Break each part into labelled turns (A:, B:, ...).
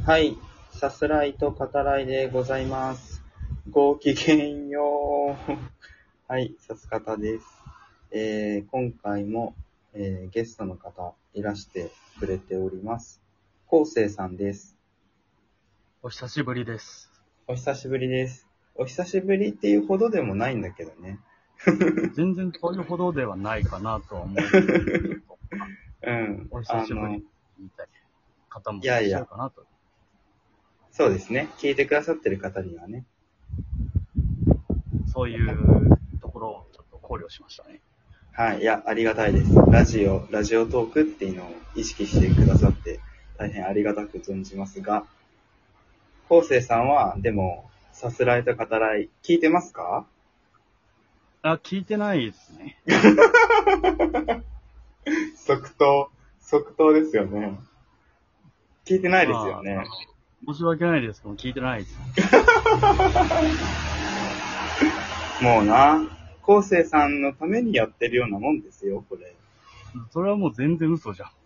A: はい、さすらいと語らいでございます。ごきげんよう。はい、さすかたです。今回も、ゲストの方いらしてくれております。こうせいさんです。
B: お久しぶりです。
A: お久しぶりです。お久しぶりっていうほどでもないんだけどね。
B: 全然そういうほどではないかなとは思うけど、
A: うん、
B: お久しぶりみたいな方もいらっしゃるかなと。
A: そうですね。聞いてくださってる方にはね。
B: そういうところをちょっと考慮しましたね。
A: はい、いや、ありがたいです。ラジオトークっていうのを意識してくださって、大変ありがたく存じますが、こうせいさんは、でも、さすらいと語らい、聞いてますか？
B: 聞いてないですね。
A: 即答ですよね。聞いてないですよね。
B: 申し訳ないですけど、聞いてないです。
A: もうな、こうせいさんのためにやってるようなもんですよ、これ。
B: それはもう全然嘘じゃん。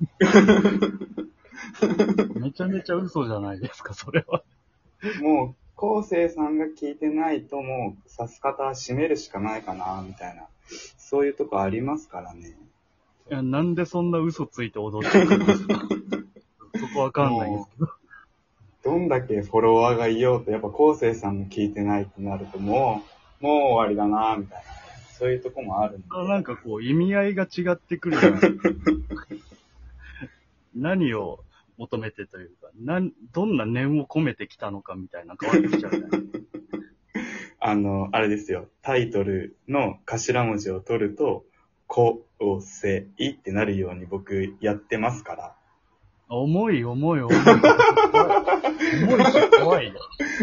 B: めちゃめちゃ嘘じゃないですか、それは。
A: もう、こうせいさんが聞いてないと、もう、さす方は閉めるしかないかな、みたいな。そういうとこありますからね。
B: いや、なんでそんな嘘ついて踊ってくるんですか？そこわかんないんですけど。
A: どんだけフォロワーがいようと、やっぱ昴生さんも聞いてないってなると、もう終わりだなみたいな。そういうとこもあるんで。
B: なんかこう、意味合いが違ってくるじゃないですか。何を求めてというか、どんな念を込めてきたのかみたいな変わってきちゃうね。
A: あれですよ。タイトルの頭文字を取ると、昴生ってなるように僕やってますから。
B: 重い。重いし怖いよ。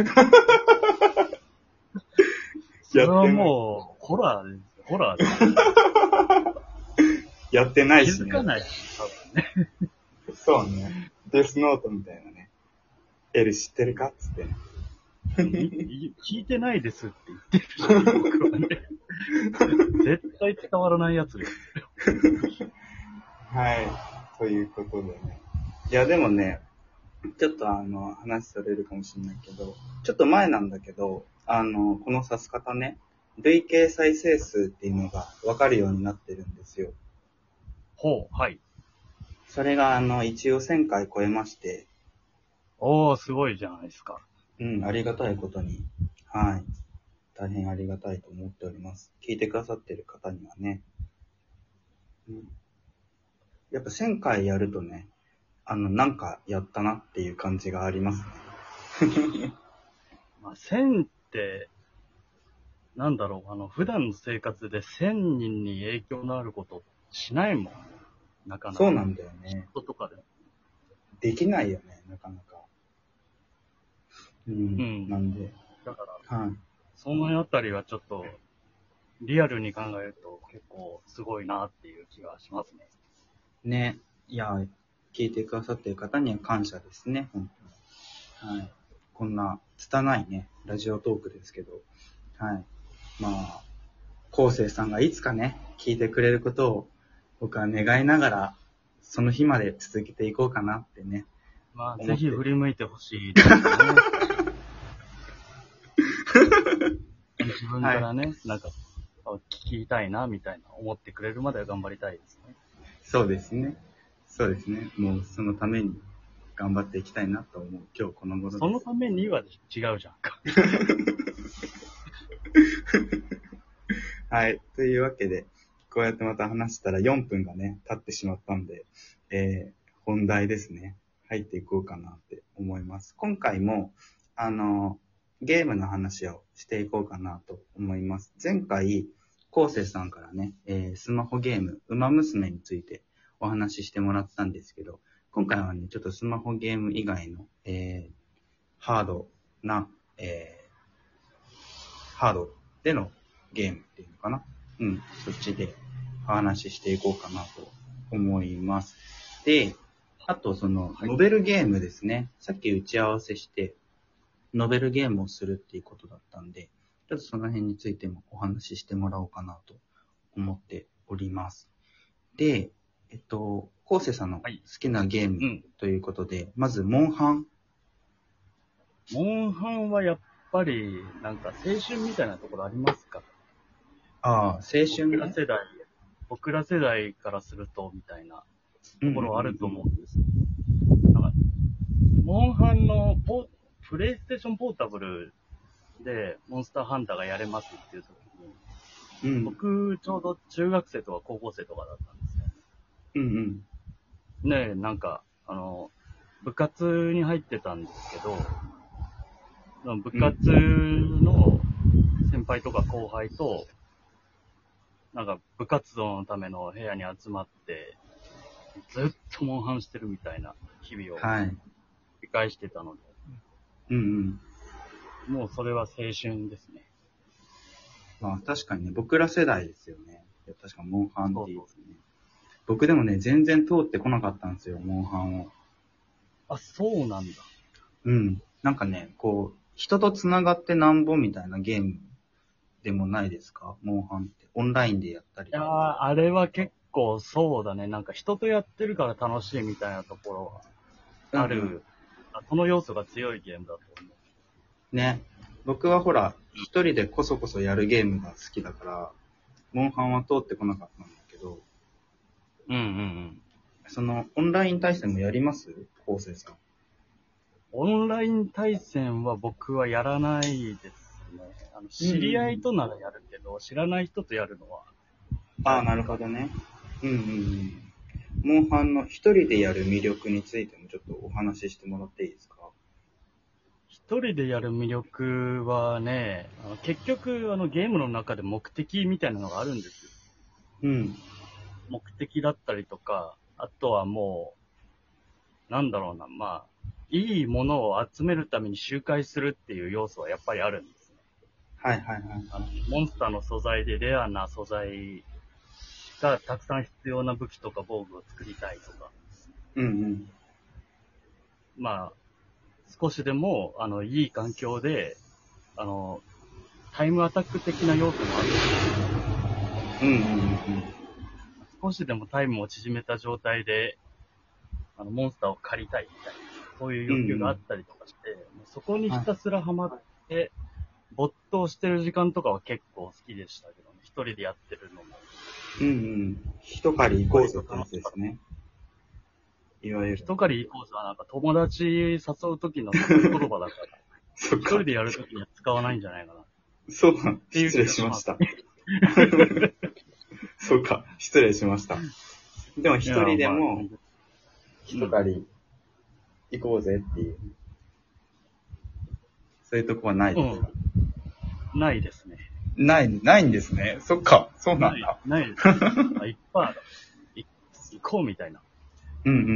B: それはもう、ホラーです。ホラーです。
A: やってないしね。
B: 気づかないし、多分ね。
A: そうね。デスノートみたいなね。L 知ってるかっつってね。
B: 聞いてないですって言ってるし、僕はね。絶対伝わらないやつです。
A: はい。ということでね。いや、でもね、ちょっと話されるかもしれないけど、ちょっと前なんだけど、この指す方ね、累計再生数っていうのが分かるようになってるんですよ。
B: ほう、はい。
A: それが一応1000回超えまして。
B: おー、すごいじゃないですか。
A: うん、ありがたいことに。はい。大変ありがたいと思っております。聞いてくださってる方にはね。うん、やっぱ1000回やるとね、なんかやったなっていう感じがありますね。
B: まあ、1000って、なんだろう、普段の生活で1000人に影響のあることしないもん。なかなか。
A: そうなんだよね。
B: 人とかでも。
A: できないよね、なかなか。うん。なんで。
B: だから、
A: はい。
B: そのあたりはちょっと、リアルに考えると結構すごいなっていう気がしますね。
A: ね。いや、聞いてくださってる方には感謝ですね、本当に。はい。こんな、拙いね、ラジオトークですけど、はい。まあ、昴生さんがいつかね、聞いてくれることを、僕は願いながら、その日まで続けていこうかなってね。
B: まあ、ぜひ振り向いてほしいですね。自分からね、なんか、聞きたいな、みたいな思ってくれるまでは頑張りたいですね。
A: そうですね。そうですね。もうそのために頑張っていきたいなと思う今日この頃です。
B: そのためには違うじゃんか。
A: はい。というわけで、こうやってまた話したら4分がね、経ってしまったんで、本題ですね。入っていこうかなって思います。今回も、ゲームの話をしていこうかなと思います。前回、昴生さんからね、スマホゲーム、ウマ娘についてお話ししてもらったんですけど、今回はね、ちょっとスマホゲーム以外の、ハードな、ハードでのゲームっていうのかな。うん、そっちでお話ししていこうかなと思います。で、あとその、ノベルゲームですね。さっき打ち合わせして、ノベルゲームをするっていうことだったんで、ちょっとその辺についてもお話ししてもらおうかなと思っております。で、昴生さんの好きなゲームということで、まず、モンハン
B: モンハンはやっぱり、なんか青春みたいなところありますか？
A: ああ、青春ね。
B: 僕ら世代からすると、みたいなところはあると思
A: う
B: うんです。なんか、モンハンのプレイステーションポータブルで、モンスターハンターがやれますっていう時に、
A: んうん。
B: 僕、ちょうど中学生とか高校生とかだったんですよ。
A: うんうん
B: ねえ、なんか、部活に入ってたんですけど、その部活の先輩とか後輩と、なんか部活動のための部屋に集まって、ずっとモンハンしてるみたいな日々を
A: はい。
B: 繰り返してたので、
A: うんうん。
B: もうそれは青春ですね。
A: まあ確かにね、僕ら世代ですよね。確かモンハン
B: そうそう。
A: っていうね。僕でもね、全然通ってこなかったんですよ、モンハンを。
B: あ、そうなんだ。
A: うん。なんかね、こう、人と繋がってなんぼみたいなゲームでもないですか、モンハンって。オンラインでやったり
B: いやー、
A: とか。
B: あれは結構そうだね。なんか人とやってるから楽しいみたいなところはある。
A: うんうん。
B: その要素が強いゲームだと思
A: ね。僕はほら、一人でこそこそやるゲームが好きだから、モンハンは通ってこなかったんだけど、
B: う。うんうんうん。
A: その、オンライン対戦もやります昴生さん。
B: オンライン対戦は僕はやらないですね。知り合いとならやるけど、知らない人とやるのは。
A: ああ、なるほどね。うんうんうん。モンハンの一人でやる魅力についてもちょっとお話ししてもらっていいですか？
B: 一人でやる魅力はね、結局ゲームの中で目的みたいなのがあるんですよ。
A: うん。
B: 目的だったりとか、あとはもう、なんだろうな、まあ、いいものを集めるために周回するっていう要素はやっぱりあるんですね。
A: はいはいはい。
B: モンスターの素材でレアな素材がたくさん必要な武器とか防具を作りたいとか、
A: うんうん。
B: まあ、少しでも、いい環境で、タイムアタック的な要素もあるんです
A: うんうんうんうん。
B: 少しでもタイムを縮めた状態で、モンスターを狩りたいみたいな、そういう欲求があったりとかして、もうそこにひたすらハマって、没頭してる時間とかは結構好きでしたけどね、一人でやってるのも。
A: うんうん。一狩り行こうぜってやつですね。いわゆる。
B: 一狩りイコールはなんか友達誘う時の誘い言葉だから、
A: そっか。
B: 一人でやる時には使わないんじゃないかな。っ
A: そうか。
B: ていう
A: 失礼しました。そうか。失礼しました。でも一人でも、一狩り行こうぜっていう。そういうとこはないですか？
B: ないですね。
A: ないんですね。そっか。そうなんだ。
B: ないです。あ、いっぱいある。行こうみたいな。
A: うんうんうんうん。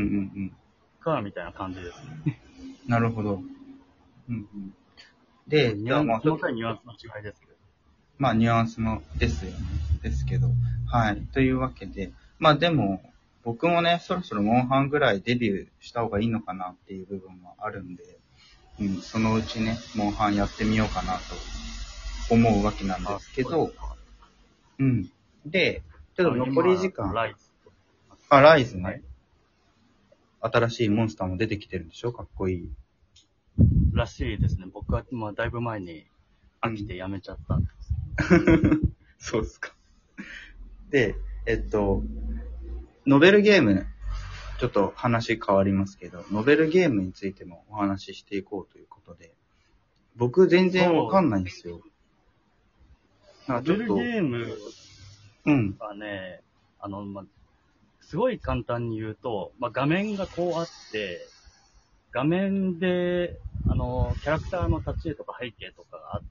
B: かみたいな感じですね。
A: なるほど。うんうん。で、じゃあまあ、
B: 細かいニュアンスの違いですけど。
A: まあ、ニュアンスのですよね。ですけど。はい。というわけで、まあでも、僕もね、そろそろモンハンぐらいデビューした方がいいのかなっていう部分はあるんで、うん、そのうちね、モンハンやってみようかなと思うわけなんですけど、うん。で、ちょっと残り時間、
B: ライズ。
A: ライズね、
B: はい。
A: 新しいモンスターも出てきてるんでしょ？かっこいい。
B: らしいですね。僕は、まあ、だいぶ前に飽きてやめちゃったんです。
A: そうですか。で、ノベルゲーム、ちょっと話変わりますけど、ノベルゲームについてもお話ししていこうということで、僕全然わかんないんですよ。
B: ノベルゲーム
A: うん。
B: はね、まあ、すごい簡単に言うと、まあ、画面がこうあって、画面で、キャラクターの立ち絵とか背景とかがあって、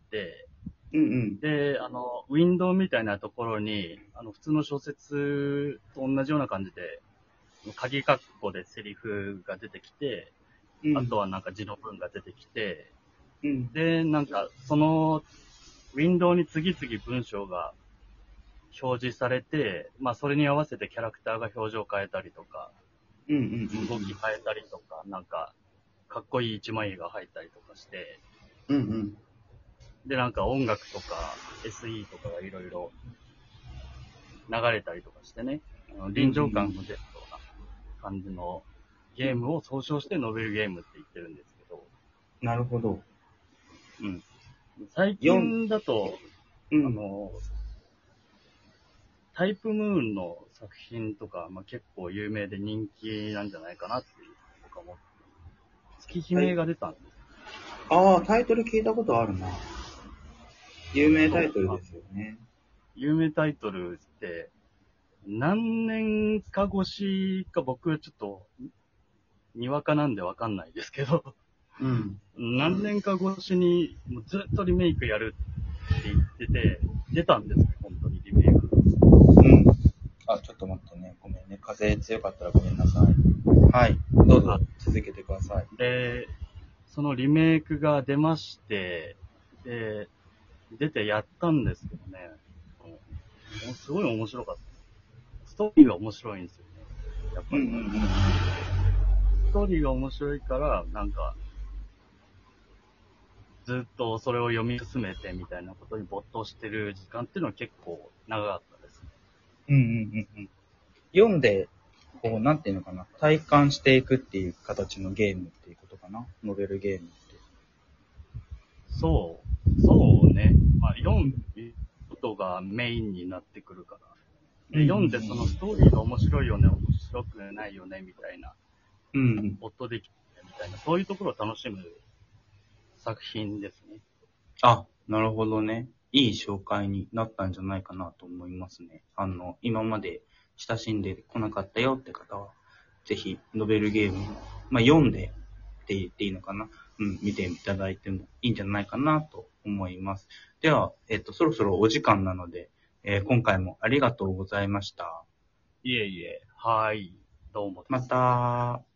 A: うんうん。
B: で、ウィンドウみたいなところに、普通の小説と同じような感じで、鍵括弧でセリフが出てきて、
A: うん、
B: あとはなんか字の文が出てきて、
A: うん、
B: で、なんか、その、ウィンドウに次々文章が表示されて、まあ、それに合わせてキャラクターが表情を変えたりとか、
A: うん、うん、
B: 動き変えたりとか、なんか、かっこいい一枚絵が入ったりとかして、
A: うん、うん。
B: で、なんか音楽とか SE とかがいろいろ流れたりとかしてね、臨場感の出るような感じのゲームを総称してノベルゲームって言ってるんですけど。
A: なるほど。
B: うん。最近だと、
A: うん。
B: タイプムーンの作品とか、まあ、結構有名で人気なんじゃないかなっていう、僕は思って。月姫が出たんです。
A: ああ、タイトル聞いたことあるな。有名タイトル
B: あ、
A: ですよね。
B: 有名タイトルって、何年か越しか僕はちょっと、にわかなんでわかんないですけど、
A: うん。
B: 何年か越しにもうずっとリメイクやるって言ってて、出たんですよ、本当にリメイク。
A: うん。あ、ちょっと待ってね。ごめんね。風強かったらごめんなさい。はい。どう
B: あ、
A: ぞ続けてください。
B: で、そのリメイクが出まして、で、出てやったんですけどね、もうすごい面白かった。ストーリーが面白いんですよね、やっぱり。
A: うんうんうん。
B: ストーリーが面白いから、なんか、ずっとそれを読み進めてみたいなことに没頭してる時間っていうのは結構長かったですね。
A: うんうんうんうん。読んで、こう、なんていうのかな。体感していくっていう形のゲームっていうことかな。ノベルゲームって。
B: そうね。まあ、読む
A: うん
B: ことがメインになってくるから。で、
A: うんうん
B: 読んでそのストーリーが面白いよね、面白くないよね、みたいな、
A: うんうん。
B: 没頭できるみたいな、そういうところを楽しむ作品ですね。
A: あ、なるほどね。いい紹介になったんじゃないかなと思いますね。今まで親しんでこなかったよって方は、ぜひ、ノベルゲーム、まあ、読んでって言っていいのかな。うん、見ていただいてもいいんじゃないかなと思います。では、そろそろお時間なので、今回もありがとうございました。
B: いえいえ、はい。どうもで
A: ま
B: す。
A: た、